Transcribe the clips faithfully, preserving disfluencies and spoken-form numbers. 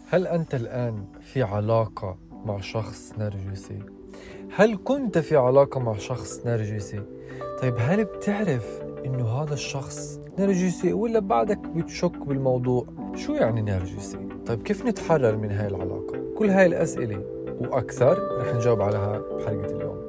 هل أنت الآن في علاقة مع شخص نرجسي؟ هل كنت في علاقة مع شخص نرجسي؟ طيب هل بتعرف إنه هذا الشخص نرجسي ولا بعدك بتشك بالموضوع؟ شو يعني نرجسي؟ طيب كيف نتحرر من هاي العلاقة؟ كل هاي الأسئلة وأكثر رح نجاوب عليها بحلقة اليوم.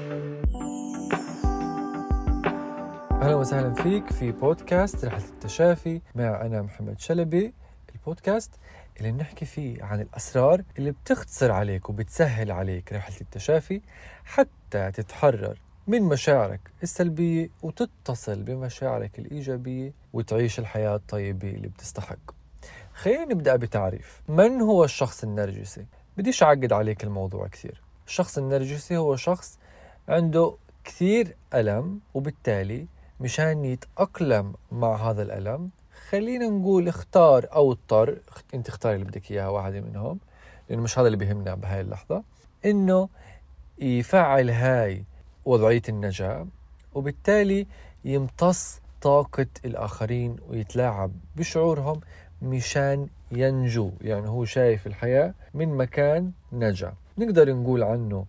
أهلا وسهلا فيك في بودكاست رحلة التشافي مع أنا محمد شلبي، البودكاست اللي بنحكي فيه عن الأسرار اللي بتختصر عليك وبتسهل عليك رحلة التشافي حتى تتحرر من مشاعرك السلبية وتتصل بمشاعرك الإيجابية وتعيش الحياة الطيبة اللي بتستحق. خلينا نبدأ بتعريف من هو الشخص النرجسي. بديش أعقد عليك الموضوع كثير. الشخص النرجسي هو شخص عنده كثير ألم، وبالتالي مشان يتأقلم مع هذا الألم خلينا نقول اختار أو اضطر، انت اختار اللي بدك إياها واحدة منهم لأنه مش هذا اللي بيهمنا بهاي اللحظة، إنه يفعل هاي وضعية النجاة، وبالتالي يمتص طاقة الآخرين ويتلاعب بشعورهم مشان ينجو. يعني هو شايف الحياة من مكان نجاة. نقدر نقول عنه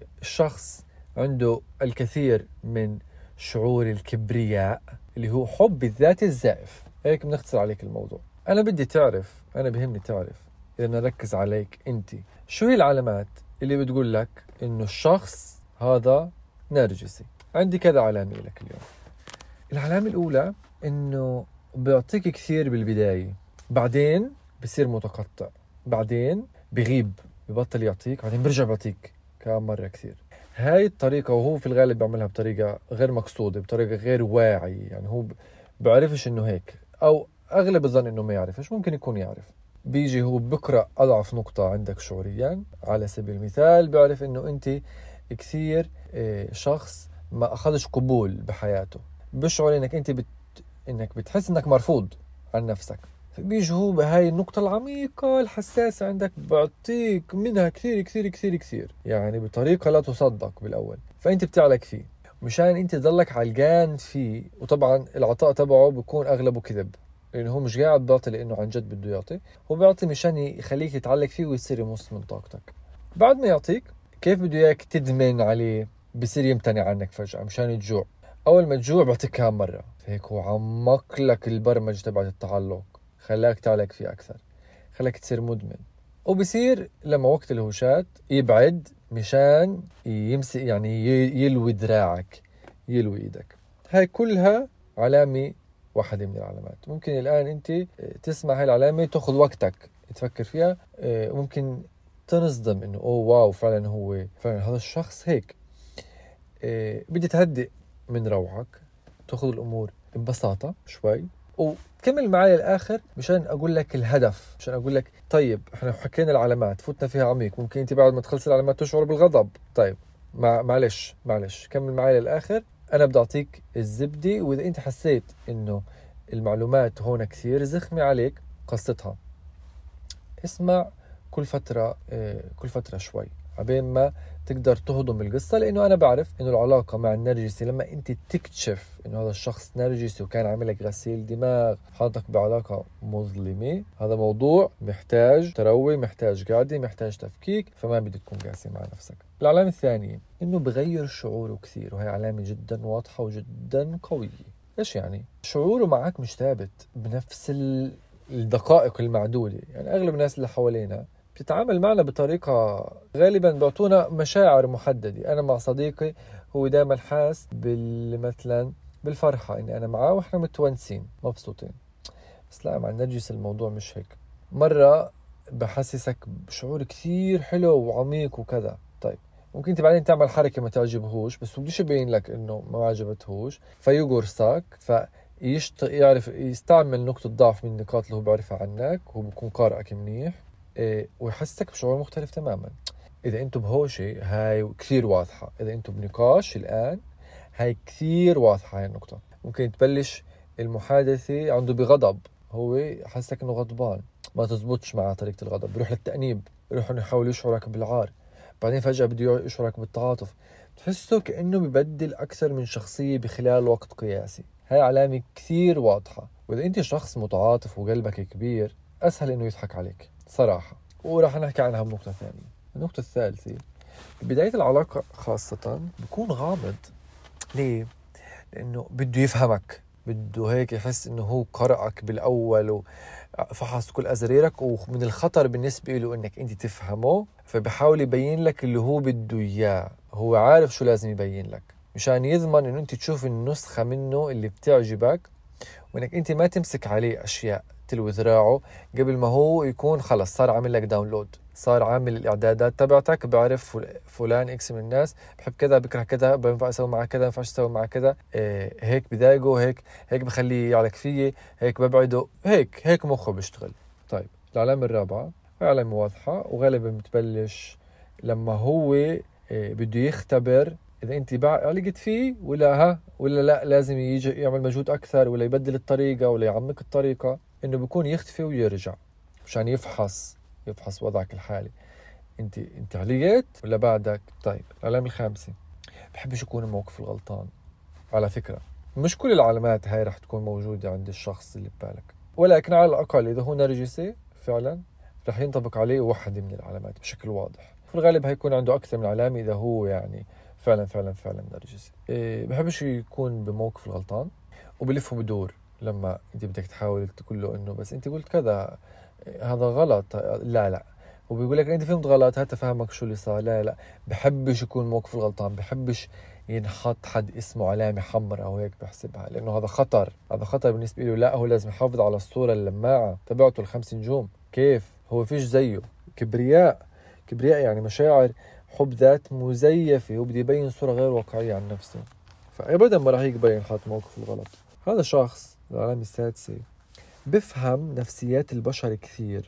الشخص عنده الكثير من شعور الكبرياء اللي هو حب الذات الزائف. هيك بنختصر عليك الموضوع. أنا بدي تعرف، أنا بهمني تعرف إذا نركز عليك أنت، شو هي العلامات اللي بتقول لك إنه الشخص هذا نرجسي؟ عندي كذا علامة لك اليوم. العلامة الأولى إنه بيعطيك كثير بالبداية، بعدين بصير متقطع، بعدين بغيب، ببطل يعطيك، بعدين برجع بعطيك كم مرة كثير. هاي الطريقة، وهو في الغالب بيعملها بطريقة غير مقصودة، بطريقة غير واعية. يعني هو بعرفش إنه هيك، أو أغلب الظن إنه ما يعرفش، ممكن يكون يعرف. بيجي هو بقرأ أضعف نقطة عندك شعوريا. على سبيل المثال بيعرف إنه أنت كثير شخص ما أخذش قبول بحياته، بشعر إنك أنت بت... إنك بتحس إنك مرفوض عن نفسك، بيجي هو بهاي النقطة العميقة الحساسة عندك بعطيك منها كثير كثير كثير كثير، يعني بطريقة لا تصدق بالأول. فأنت بتعلق فيه مشان أنت تضلك علقان فيه، وطبعا العطاء تبعه بيكون أغلبه كذب، لأنه هو مش قاعد بيعطي لأنه عن جد بده يعطي، هو بيعطي مشان يخليك تتعلق فيه ويصير يمص من طاقتك. بعد ما يعطيك كيف بده إياك تدمن عليه؟ بصير يمتنع عنك فجأة مشان الجوع. أول ما تجوع بعطيك كام مرة، فهيك هو عمق لك البرمج تبعت التعلق، خلاك تعلق فيه أكثر، خلاك تصير مدمن. وبصير لما وقت الهوشات يبعد مشان يمسك، يعني يلوي دراعك، يلوي إيدك. هاي كلها علامة واحدة من العلامات. ممكن الآن أنت تسمع هاي العلامة تأخذ وقتك تفكر فيها، ممكن تنصدم إنه أوه واو فعلا هو فعلا هذا الشخص هيك. بدي تهدئ من روعك، تأخذ الأمور ببساطة شوي، وكمل معي للآخر مشان أقول لك الهدف، مشان أقول لك طيب إحنا حكينا العلامات، فتنا فيها عميق. ممكن أنت بعد ما تخلص العلامات تشعر بالغضب. طيب مع معلش معلش كمل معي للآخر، أنا بدي أعطيك الزبدة. وإذا أنت حسيت إنه المعلومات هون كثير زخمة عليك قصتها، اسمع كل فترة كل فترة شوي عبين ما تقدر تهضم القصة. لأنه أنا بعرف إنه العلاقة مع النرجسي لما أنت تكتشف إنه هذا الشخص نرجسي وكان عاملك غسيل دماغ، حاطك بعلاقة مظلمة، هذا موضوع محتاج تروي، محتاج قعدة، محتاج تفكيك، فما بدك تكون قاسي مع نفسك. العلامة الثانية إنه بغير شعوره كثير، وهي علامة جدا واضحة وجدا قوية. إيش يعني؟ شعوره معك مش ثابت بنفس الدقائق المعدودة. يعني أغلب الناس اللي حوالينا بتتعامل معنا بطريقة غالبا بيعطونا مشاعر محددة. أنا مع صديقي هو دائما حاس مثلا بالفرحة إني أنا معاه وإحنا متونسين مبسوطين، بس لا، مع النرجس الموضوع مش هيك. مرة بحسسك بشعور كثير حلو وعميق وكذا، طيب ممكن انت بعدين تعمل حركة ما تعجبهوش، بس بديش يبين لك إنه ما عجبتهوش فيقرصك، فيشت يعرف يستعمل نقطة ضعف من النقاط اللي هو بعرفها عنك، هو بيكون قارئك منيح، إيه، ويحسسك بشعور مختلف تماما. إذا أنتم بهوشة هاي كثير واضحة، إذا أنتم بنقاش الآن هاي كثير واضحة هاي النقطة. ممكن تبلش المحادثة عنده بغضب، هو يحسسك إنه غضبان، ما تزبطش مع طريقة الغضب، بيروح للتأنيب، بيروح يحاول يشعرك بالعار، بعدين فجأة بده يشعرك بالتعاطف، تحسه كأنه ببدل أكثر من شخصية بخلال وقت قياسي. هاي علامة كثير واضحة. وإذا أنت شخص متعاطف وقلبك كبير، أسهل إنه يضحك عليك، صراحة، وراح نحكي عنها بنقطة ثانية. النقطة الثالثة، بداية العلاقة خاصة بيكون غامض. ليه؟ لأنه بده يفهمك، بده هيك يحس إنه هو قرأك بالأول وفحص كل أزريرك، ومن الخطر بالنسبة له إنك أنت تفهمه، فبحاول يبين لك اللي هو بده إياه. هو عارف شو لازم يبين لك مشان يضمن إنه أنت تشوف النسخة منه اللي بتعجبك، وإنك أنت ما تمسك عليه أشياء تلو ذراعه قبل ما هو يكون خلص صار عامل لك داونلود، صار عامل الإعدادات تبعتك، بعرف فلان إكس من الناس بحب كذا، بكره كذا، بينفع أسوي معه كذا، بينفعش أسوي معه كذا، إيه هيك بضايقه، هيك هيك بخليه يعلق فيه، هيك ببعده، هيك هيك مخه بيشتغل. طيب العلامة الرابعة علامة واضحة وغالبا بتبلش لما هو إيه بده يختبر إذا أنت علقت فيه ولا ها ولا لا، لازم يجي يعمل مجهود أكثر ولا يبدل الطريقة ولا يعمق الطريقة. إنه بيكون يختفي ويرجع مشان يفحص يفحص وضعك الحالي، أنت أنت علقت ولا بعدك. طيب العلامة الخامسة، بحبش يكون الموقف الغلطان. على فكرة مش كل العلامات هاي رح تكون موجودة عند الشخص اللي ببالك، ولكن على الأقل إذا هو نرجسي فعلا رح ينطبق عليه واحدة من العلامات بشكل واضح. في الغالب هيكون عنده أكثر من علامة إذا هو يعني فعلا فعلا فعلا نرجسي. إيه بحبش يكون بموقف الغلطان وبلف وبدور لما انت بدك تحاول تقول له انه بس انت قلت كذا، هذا غلط، لا لا، وبيقول لك انت فهمت غلط، هات فهمك شو اللي صار، لا لا. بحبش يكون موقف الغلطان، بحبش ينحط حد اسمه علامة حمراء او هيك بحسبها، لانه هذا خطر، هذا خطر بالنسبة له. لا، هو لازم يحافظ على الصورة اللماعة تبعته الخمس نجوم. كيف هو فيش زيه؟ كبرياء، كبرياء يعني مشاعر حب ذات مزيفة، وبدي يبين صورة غير واقعية عن نفسه، فأبدا ما راح يقبل ينحط موقف الغلط. هذا شخص العلامة السادسة بفهم نفسيات البشر كثير.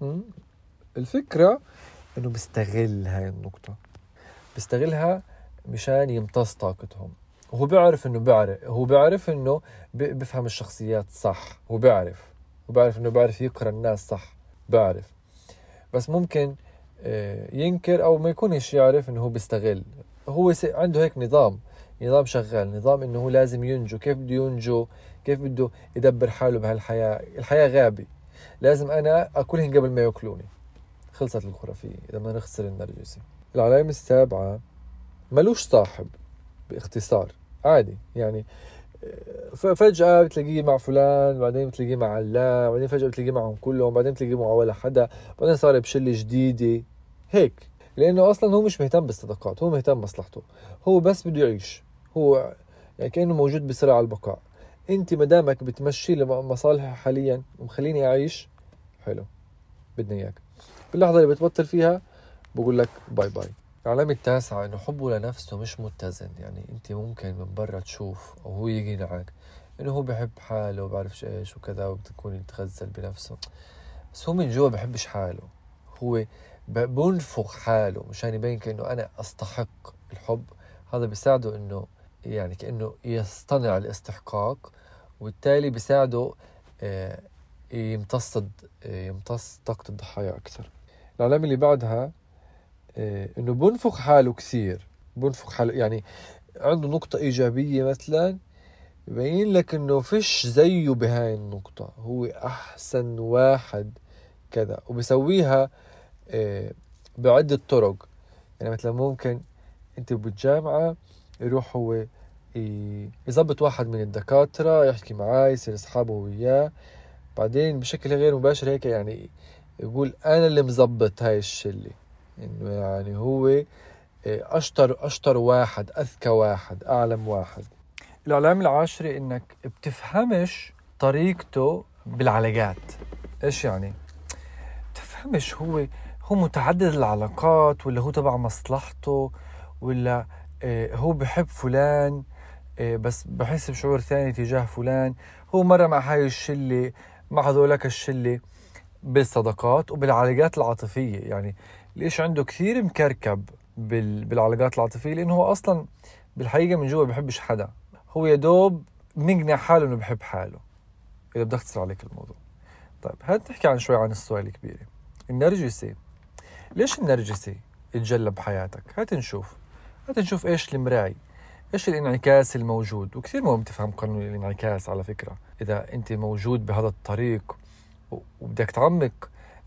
الفكرة انه بيستغل هاي النقطة، بيستغلها مشان يمتص طاقتهم. وهو بيعرف انه بيعرف هو بيعرف انه بفهم الشخصيات صح، هو بيعرف هو بيعرف انه بيعرف يقرأ الناس صح، بيعرف، بس ممكن ينكر او ما يكونش يعرف انه هو بيستغل. هو عنده هيك نظام نظام شغال، نظام انه هو لازم ينجو. كيف بده ينجو؟ كيف بده يدبر حاله بهالحياة؟ الحياة غابة، لازم انا اكلهم قبل ما ياكلوني. خلصت الخرافية اذا بدنا نخسر النرجسي. العلامة السابعة، ملوش صاحب. باختصار عادي يعني، فجأة بتلاقيه مع فلان، بعدين بتلاقيه مع علان، بعدين فجأة بتلاقيه معهم كلهم، بعدين بتلاقيه مع ولا حدا، بعدين صار بشلة جديدة هيك. لأنه أصلا هو مش مهتم بالصداقات، هو مهتم بمصلحته، هو بس بده يعيش، هو يعني كأنه موجود بصراع البقاء. أنت مدامك بتمشي لمصالحه حاليا ومخليني أعيش، حلو، بدنا إياك. باللحظة اللي بتبطل فيها بقول لك باي باي. العلامة التاسعة إنه حبه لنفسه مش متزن. يعني أنت ممكن من برا تشوف أو هو يجي معك إنه هو بحب حاله وبعرفش إيش وكذا، وبتكون يتغزل بنفسه، بس هو من جوا بحبش حاله. هو بنفخ حاله مشان يبين كأنه أنا أستحق الحب. هذا بيساعده إنه يعني كأنه يصطنع الاستحقاق، وبالتالي بيساعده يمتص يمتص طاقة الضحايا أكثر. العلامة اللي بعدها إنه بنفخ حاله كثير، بنفخ حاله يعني عنده نقطة إيجابية مثلا، يبين لك إنه فيش زيه بهاي النقطة، هو أحسن واحد كذا، وبيسويها بعدة طرق. يعني مثلا ممكن أنت بالجامعة يروح هو يضبط واحد من الدكاترة يحكي معاه، يصير أصحابه وياه، بعدين بشكل غير مباشر هيك يعني يقول أنا اللي مزبط هاي الشلة، إنه يعني هو أشطر أشطر واحد، أذكى واحد، أعلم واحد. العلامة العاشرة إنك بتفهمش طريقته بالعلاقات. إيش يعني؟ بتفهمش هو هو متعدد العلاقات، ولا هو تبع مصلحته، ولا هو بحب فلان بس بحس بشعور ثاني تجاه فلان. هو مرة مع هاي الشلة، مع هذولك الشلة بالصداقات وبالعلاقات العاطفية. يعني ليش عنده كثير مكركب بالعلاقات العاطفية؟ لأنه هو أصلا بالحقيقة من جوا بحبش حدا، هو يدوب مقنع حاله إنه بحب حاله. إذا بدي أختصر عليك الموضوع. طيب هات نحكي عن شوي عن السؤال الكبير، النرجسي. ليش النرجسي يتجلى بحياتك؟ هات نشوف هات نشوف إيش المراي، إيش الانعكاس الموجود. وكثير مهم تفهم قانون الانعكاس على فكرة. إذا أنت موجود بهذا الطريق وبدك تعمق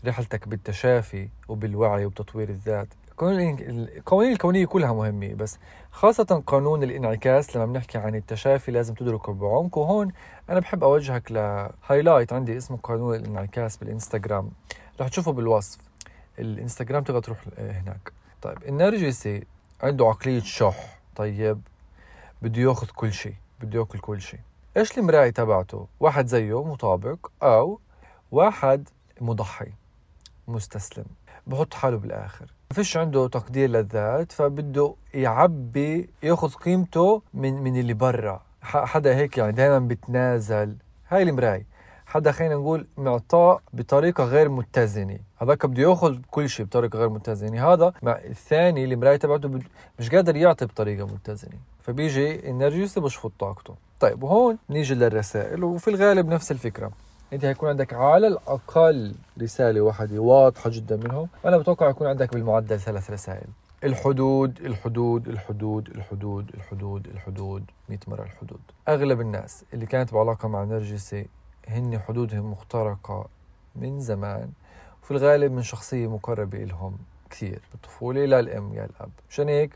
رحلتك بالتشافي وبالوعي وبتطوير الذات. القوانين الكونية كلها مهمة، بس خاصة قانون الانعكاس لما بنحكي عن التشافي لازم تدركه بعمق. وهون أنا بحب أوجهك لهايلايت عندي اسمه قانون الانعكاس بالإنستغرام، رح تشوفه بالوصف الإنستغرام، تقدر تروح هناك. طيب النرجسي عنده عقلية شح، طيب بده ياخذ كل شيء، بده ياكل كل شيء. إيش المراية تبعته؟ واحد زيه مطابق أو واحد مضحي مستسلم، بحط حاله بالآخر، ما فيش عنده تقدير للذات، فبده يعبي ياخذ قيمته من من اللي برا. حدا هيك يعني دائما بتنازل، هاي المراية. حدا خلينا نقول معطاء بطريقة غير متزنة، هذاك بده ياخذ كل شيء بطريقة غير متزنة. هذا مع الثاني اللي مراية تبعته مش قادر يعطي بطريقة متزنة، فبيجي النرجسي بشفط طاقته. طيب وهون نيجي للرسائل، وفي الغالب نفس الفكرة. انت هيكون عندك على الاقل رساله واحده واضحه جدا منهم. انا بتوقع يكون عندك بالمعدل ثلاث رسائل. الحدود الحدود الحدود الحدود الحدود الحدود مئة مره الحدود. اغلب الناس اللي كانت بعلاقه مع نرجسي هن حدودهم مخترقه من زمان، وفي الغالب من شخصيه مقربه لهم كثير بالطفوله، لا الام يا الاب. عشان هيك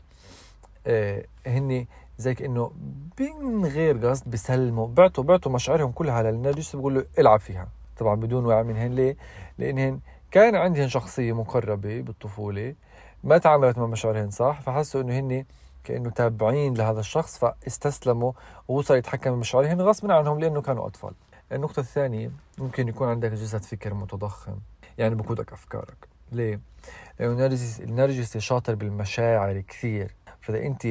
آه هن زي كأنه من غير قصد بيسلموا، بعتوا بعتوا مشاعرهم كلها على النرجسي، بيقول له العب فيها، طبعا بدون وعي منهن. ليه؟ لأنهن كان عندهن شخصية مقربة بالطفولة ما تعاملت مع مشاعرهن صح، فحسوا إنه هن كأنه تابعين لهذا الشخص، فاستسلموا وصار يتحكم بمشاعرهن غصبا عنهم لأنه كانوا أطفال. النقطة الثانية، ممكن يكون عندك جسد فكر متضخم، يعني بقودك أفكارك. ليه؟ لأنه النرجسي النرجسي شاطر بالمشاعر كثير، فإذا أنت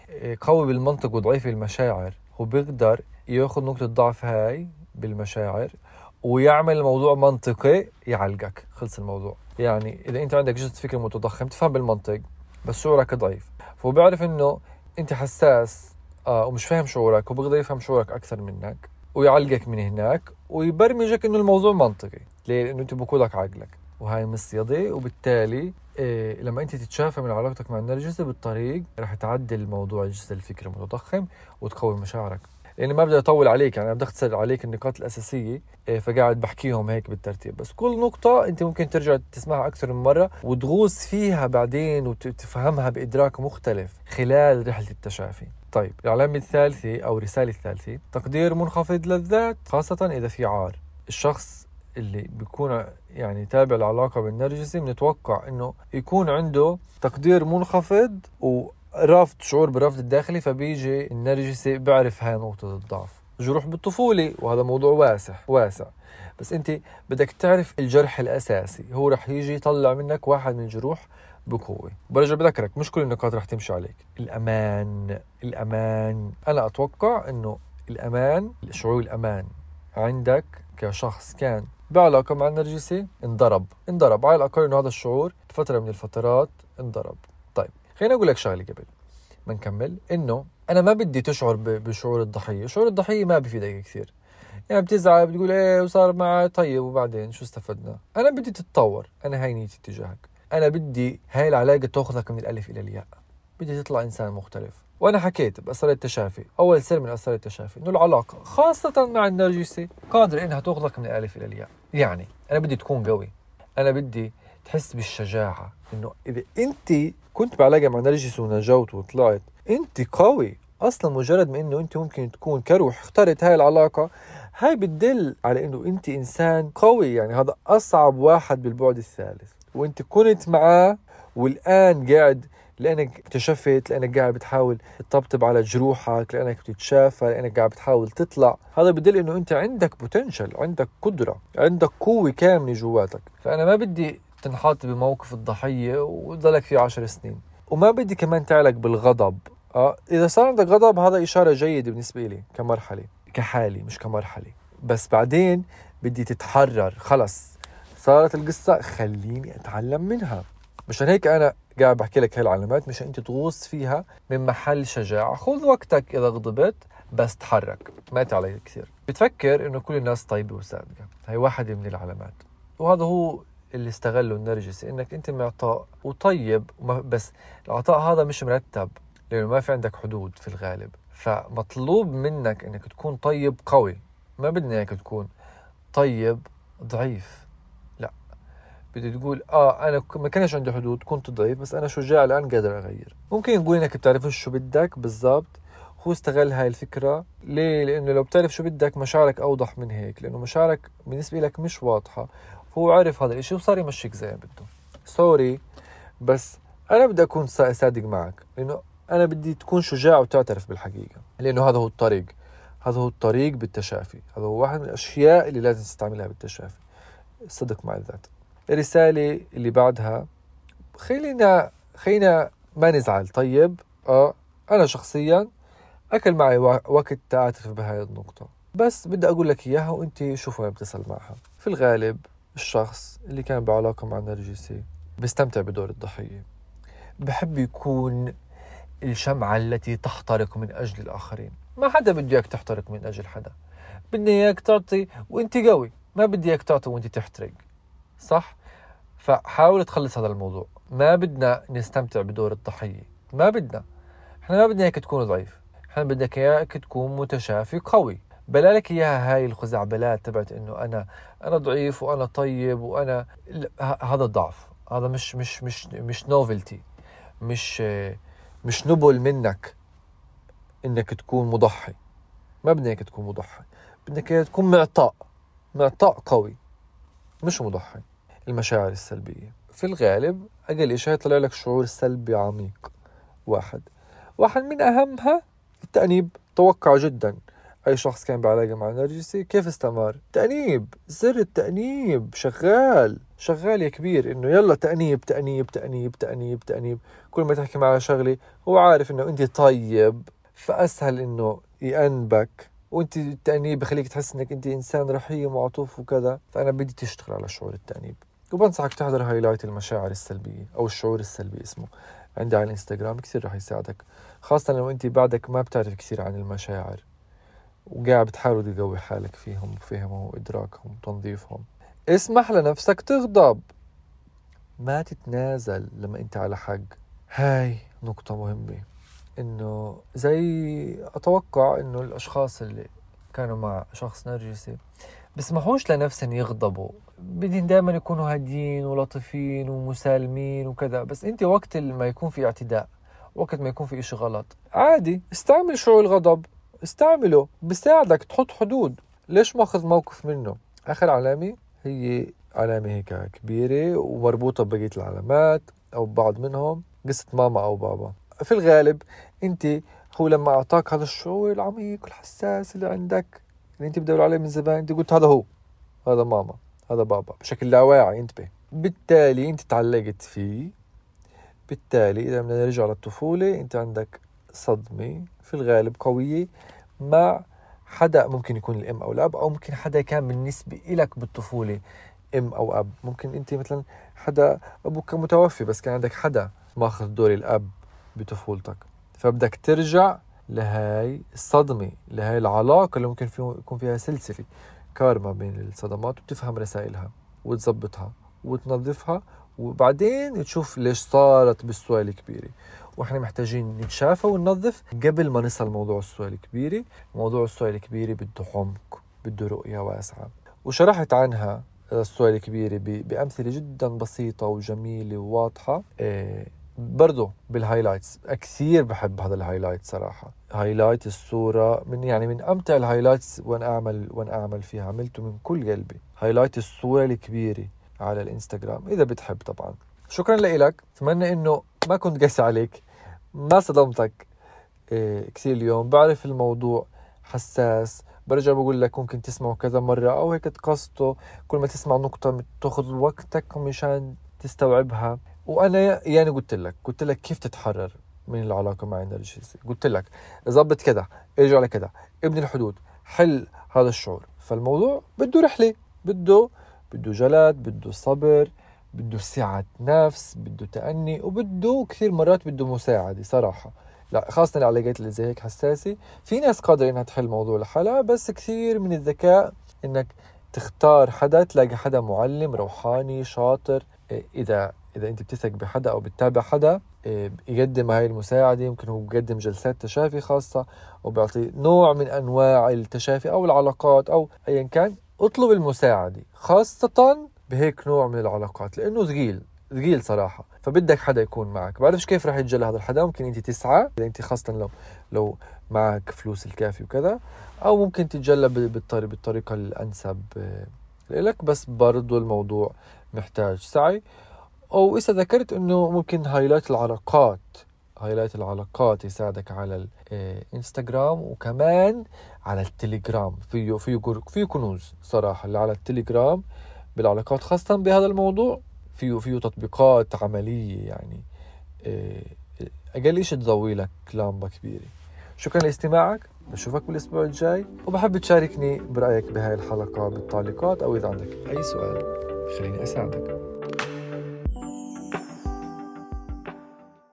قوي بالمنطق وضعيف بالمشاعر، هو بيقدر ياخذ نقطة ضعف هاي بالمشاعر ويعمل الموضوع منطقي، يعلقك، خلص الموضوع. يعني إذا أنت عندك جزء فكر متضخم تفهم بالمنطق بس شعورك ضعيف، فهو بيعرف إنه أنت حساس آه ومش فاهم شعورك، وبيقدر يفهم شعورك أكثر منك ويعلقك من هناك ويبرمجك إنه الموضوع منطقي. ليه؟ لأنه أنت بقودك عقلك، وهاي مصيدة. وبالتالي إيه لما انت تتشافى من علاقتك مع النرجسي بالطريق رح تعدل موضوع الجسد الفكري المتضخم وتقوي مشاعرك. لاني ما بدي اطول عليك، يعني بدي اختصر عليك النقاط الاساسيه، إيه فقاعد بحكيهم هيك بالترتيب، بس كل نقطه انت ممكن ترجع تسمعها اكثر من مره وتغوص فيها بعدين وتفهمها بادراك مختلف خلال رحله التشافي. طيب العلامه الثالثه او الرساله الثالثه، تقدير منخفض للذات، خاصه اذا في عار. الشخص اللي بيكون يعني تابع العلاقة بالنرجسي بنتوقع انه يكون عنده تقدير منخفض ورفض، شعور بالرفض الداخلي، فبيجي النرجسي بيعرف هاي نقطة الضعف. جروح بالطفولة، وهذا موضوع واسع واسع، بس انت بدك تعرف الجرح الاساسي، هو رح يجي يطلع منك واحد من الجروح بقوة. برجع بذكرك مش كل النقاط رح تمشي عليك. الامان الامان انا اتوقع انه الامان، شعور الامان عندك كشخص كان بعلاقة مع النرجسي انضرب انضرب على الأقل إنه هذا الشعور فترة من الفترات انضرب. طيب خليني أقول لك شغلة قبل ما نكمل، إنه أنا ما بدي تشعر بشعور الضحية. شعور الضحية ما بيفيدك كثير، يعني بتزعل بتقول إيه وصار معي، طيب وبعدين شو استفدنا؟ أنا بدي تتطور، أنا هاي نيتي تجاهك، أنا بدي هاي العلاقة تأخذك من الألف إلى الياء، بدي تطلع إنسان مختلف. وأنا حكيت بأسرار التشافي، أول سر من أسرار التشافي إنه العلاقة خاصة مع النرجسي قادرة إنها تأخذك من الألف إلى الياء. يعني أنا بدي تكون قوي، أنا بدي تحس بالشجاعة، إنه إذا أنت كنت بعلاقة مع نرجسي ونجوت وطلعت أنت قوي أصلا، مجرد ما إنه أنت ممكن تكون كروح اختارت هاي العلاقة، هاي بتدل على إنه أنت إنسان قوي. يعني هذا أصعب واحد بالبعد الثالث، وأنت كنت معاه والآن قاعد لأنك اكتشفت، لأنك قاعد بتحاول تطبطب على جروحك، لأنك بتتشافى، لأنك قاعد بتحاول تطلع. هذا بدل إنه أنت عندك بوتنشل، عندك قدرة، عندك قوة كاملة جواتك. فأنا ما بدي تنحط بموقف الضحية وتضلك فيه عشر سنين، وما بدي كمان تعلق بالغضب. آه إذا صار عندك غضب هذا إشارة جيدة بالنسبة لي كمرحلة، كحالي مش كمرحلة. بس بعدين بدي تتحرر، خلص صارت القصة خليني أتعلم منها. مشان هيك أنا قاعد بحكي لك هاي العلامات مشان أنت تغوص فيها من محل شجاعة. خذ وقتك إذا غضبت، بس تحرك، ما تعلي كثير. بتفكر إنه كل الناس طيبة وصادقة، هاي واحدة من العلامات، وهذا هو اللي استغله النرجسي، إنك أنت معطاء وطيب، بس العطاء هذا مش مرتب لأنه ما في عندك حدود في الغالب. فمطلوب منك إنك تكون طيب قوي، ما بدنا إياك تكون طيب ضعيف، لا، بدي تقول اه انا ما كانش عندي حدود، كنت ضعيف، بس انا شجاع الان قادر اغير. ممكن نقول انك بتعرفش شو بدك بالضبط. هو استغل هاي الفكرة. ليه؟ لانه لو بتعرف شو بدك مشاعرك اوضح من هيك، لانه مشاعرك بالنسبة لك مش واضحة. هو عارف هذا الاشي وصار يمشيك زي ما بده. سوري بس انا بدي اكون صادق معك، لانه انا بدي تكون شجاع وتعترف بالحقيقة، لانه هذا هو الطريق. هذا هو الطريق بالتشافي. هذا هو واحد من الاشياء اللي لازم تستعملها بالتشافي، الصدق مع الذات. الرسالة اللي بعدها، خلينا خلينا ما نزعل. طيب اه انا شخصيا اكل معي وقت تعاطف بهاي النقطة، بس بدي اقول لك اياها وانت شوف وين بتصل معها. في الغالب الشخص اللي كان بعلاقة مع نرجسي بيستمتع بدور الضحية، بحب يكون الشمعة التي تحترق من أجل الآخرين. ما حدا بدي إياك تحترق من أجل حدا، بدي إياك تعطي وإنت قوي، ما بدي إياك تعطي وإنت تحترق، صح؟ فحاول تخلص هذا الموضوع. ما بدنا نستمتع بدور الضحية، ما بدنا. إحنا ما بدنا إياك تكون ضعيف، إحنا بدنا إياك تكون متشافي قوي. بلالك إياها هاي الخزعبلات تبعت إنه أنا أنا ضعيف وأنا طيب وأنا هذا ضعف. هذا مش مش مش مش نوفلتي، مش مش نبل منك إنك تكون مضحي. ما بدنا إياك تكون مضحي، بدنا إياك تكون معطاء، معطاء قوي، مش مضحي. المشاعر السلبية في الغالب أقل شيء يطلع لك شعور سلبي عميق. واحد واحد من أهمها التأنيب. توقع جدا أي شخص كان بعلاقة مع نرجسي كيف استمر. تأنيب، زر التأنيب شغال شغال يا كبير، إنه يلا تأنيب تأنيب تأنيب تأنيب تأنيب. كل ما تحكي معه شغلة هو عارف إنه أنت طيب، فأسهل إنه يأنبك، وأنت التأنيب بخليك تحس إنك أنت إنسان رحيم وعطوف وكذا. فأنا بدي تشتغل على شعور التأنيب، وبنصحك تحضر هايلايت المشاعر السلبية أو الشعور السلبي اسمه، عندي على الانستغرام، كثير رح يساعدك، خاصة لو أنت بعدك ما بتعرف كثير عن المشاعر وقاعد بتحاول تقوي حالك فيهم وفهمهم وإدراكهم وتنظيفهم. اسمح لنفسك تغضب، ما تتنازل لما أنت على حق. هاي نقطة مهمة، إنه زي أتوقع إنه الأشخاص اللي كانوا مع شخص نرجسي بسمحوش لنفسهم يغضبوا، بدين دائما يكونوا هادين ولطيفين ومسالمين وكذا. بس انت وقت ما يكون في اعتداء، وقت ما يكون في اشي غلط، عادي استعمل شعور الغضب، استعمله، بساعدك تحط حدود. ليش ما اخذ موقف منه؟ اخر علامة هي علامة هيك كبيرة ومربوطة ببقية العلامات او بعض منهم، قصة ماما او بابا. في الغالب انت هو لما اعطاك هذا الشعور العميق والحساس اللي عندك اللي انت بدور عليه من زمان، انت قلت هذا هو، هذا ماما، هذا بابا، بشكل لا واعي انتبه. بالتالي انت تعلقت فيه. بالتالي اذا بدنا نرجع للطفولة، انت عندك صدمة في الغالب قوية مع حدا، ممكن يكون الام او الاب، او ممكن حدا كان بالنسبة لك بالطفولة ام او اب. ممكن انت مثلا حدا ابوك كان متوفي بس كان عندك حدا ماخذ دور الاب بطفولتك، فبدك ترجع لهاي الصدمة، لهاي العلاقة اللي ممكن فيه يكون فيها سلسلة كارما بين الصدمات، وتفهم رسائلها وتظبطها وتنظفها، وبعدين تشوف ليش صارت بالسؤال الكبيرة. وإحنا محتاجين نتشافى وننظف قبل ما نصل موضوع السؤال الكبيرة. موضوع السؤال الكبيرة بده عمق، بده رؤية واسعة، وشرحت عنها السؤال الكبيرة بأمثلة جدا بسيطة وجميلة وواضحة. إيه برضو بالهايلايتس، كثير بحب هذا الهايلايت صراحة. هايلايت الصورة من يعني من أمتع الهايلايتس وأنا أعمل وأنا أعمل فيها، عملته من كل قلبي. هايلايت الصورة الكبيرة على الانستغرام إذا بتحب طبعا. شكرا لك، أتمنى إنه ما كنت قاسي عليك، ما صدمتك إيه كثير اليوم. بعرف الموضوع حساس، برجع بقول لك ممكن تسمعه كذا مرة أو هيك تقصته، كل ما تسمع نقطة تأخذ وقتك مشان تستوعبها. وأنا يعني قلت لك قلت لك كيف تتحرر من العلاقة مع النرجسي. قلت لك ضبط كذا، ارجع لكذا، ابني الحدود، حل هذا الشعور. فالموضوع بده رحلة، بده بده جلد، بده صبر، بده سعة نفس، بده تأني، وبده كثير مرات بده مساعدة صراحة. لا خاصة العلاقات اللي زي هيك حساسة، في ناس قادرة إنها تحل موضوع لحالها، بس كثير من الذكاء إنك تختار حدا، تلاقي حدا معلم روحاني شاطر. إذا إذا أنت بتثق بحدا أو بتتابع حدا يقدم هاي المساعدة، يمكن هو بيقدم جلسات تشافي خاصة وبيعطي نوع من أنواع التشافي أو العلاقات أو أيا كان، اطلب المساعدة. خاصة بهيك نوع من العلاقات، لأنه ثقيل ثقيل صراحة. فبدك حدا يكون معك. بعرفش كيف رح يتجلى هذا الحدا. ممكن انت تسعى، انت خاصة لو لو معك فلوس الكافي وكذا، او ممكن تتجلى بالطريقة بالطريقة الانسب لك، بس برضو الموضوع محتاج سعي. او اذا ذكرت انه ممكن هايلايت العلاقات هايلايت العلاقات يساعدك على الانستغرام وكمان على التليجرام. فيه فيه فيه كنوز صراحة اللي على التليجرام بالعلاقات، خاصة بهذا الموضوع. فيه فيه تطبيقات عملية، يعني أقل إشي تضوي لك لامبة كبيرة. شكرا لاستماعك، بشوفك بالأسبوع الجاي، وبحب تشاركني برأيك بهاي الحلقة بالتعليقات، أو إذا عندك أي سؤال خليني أساعدك.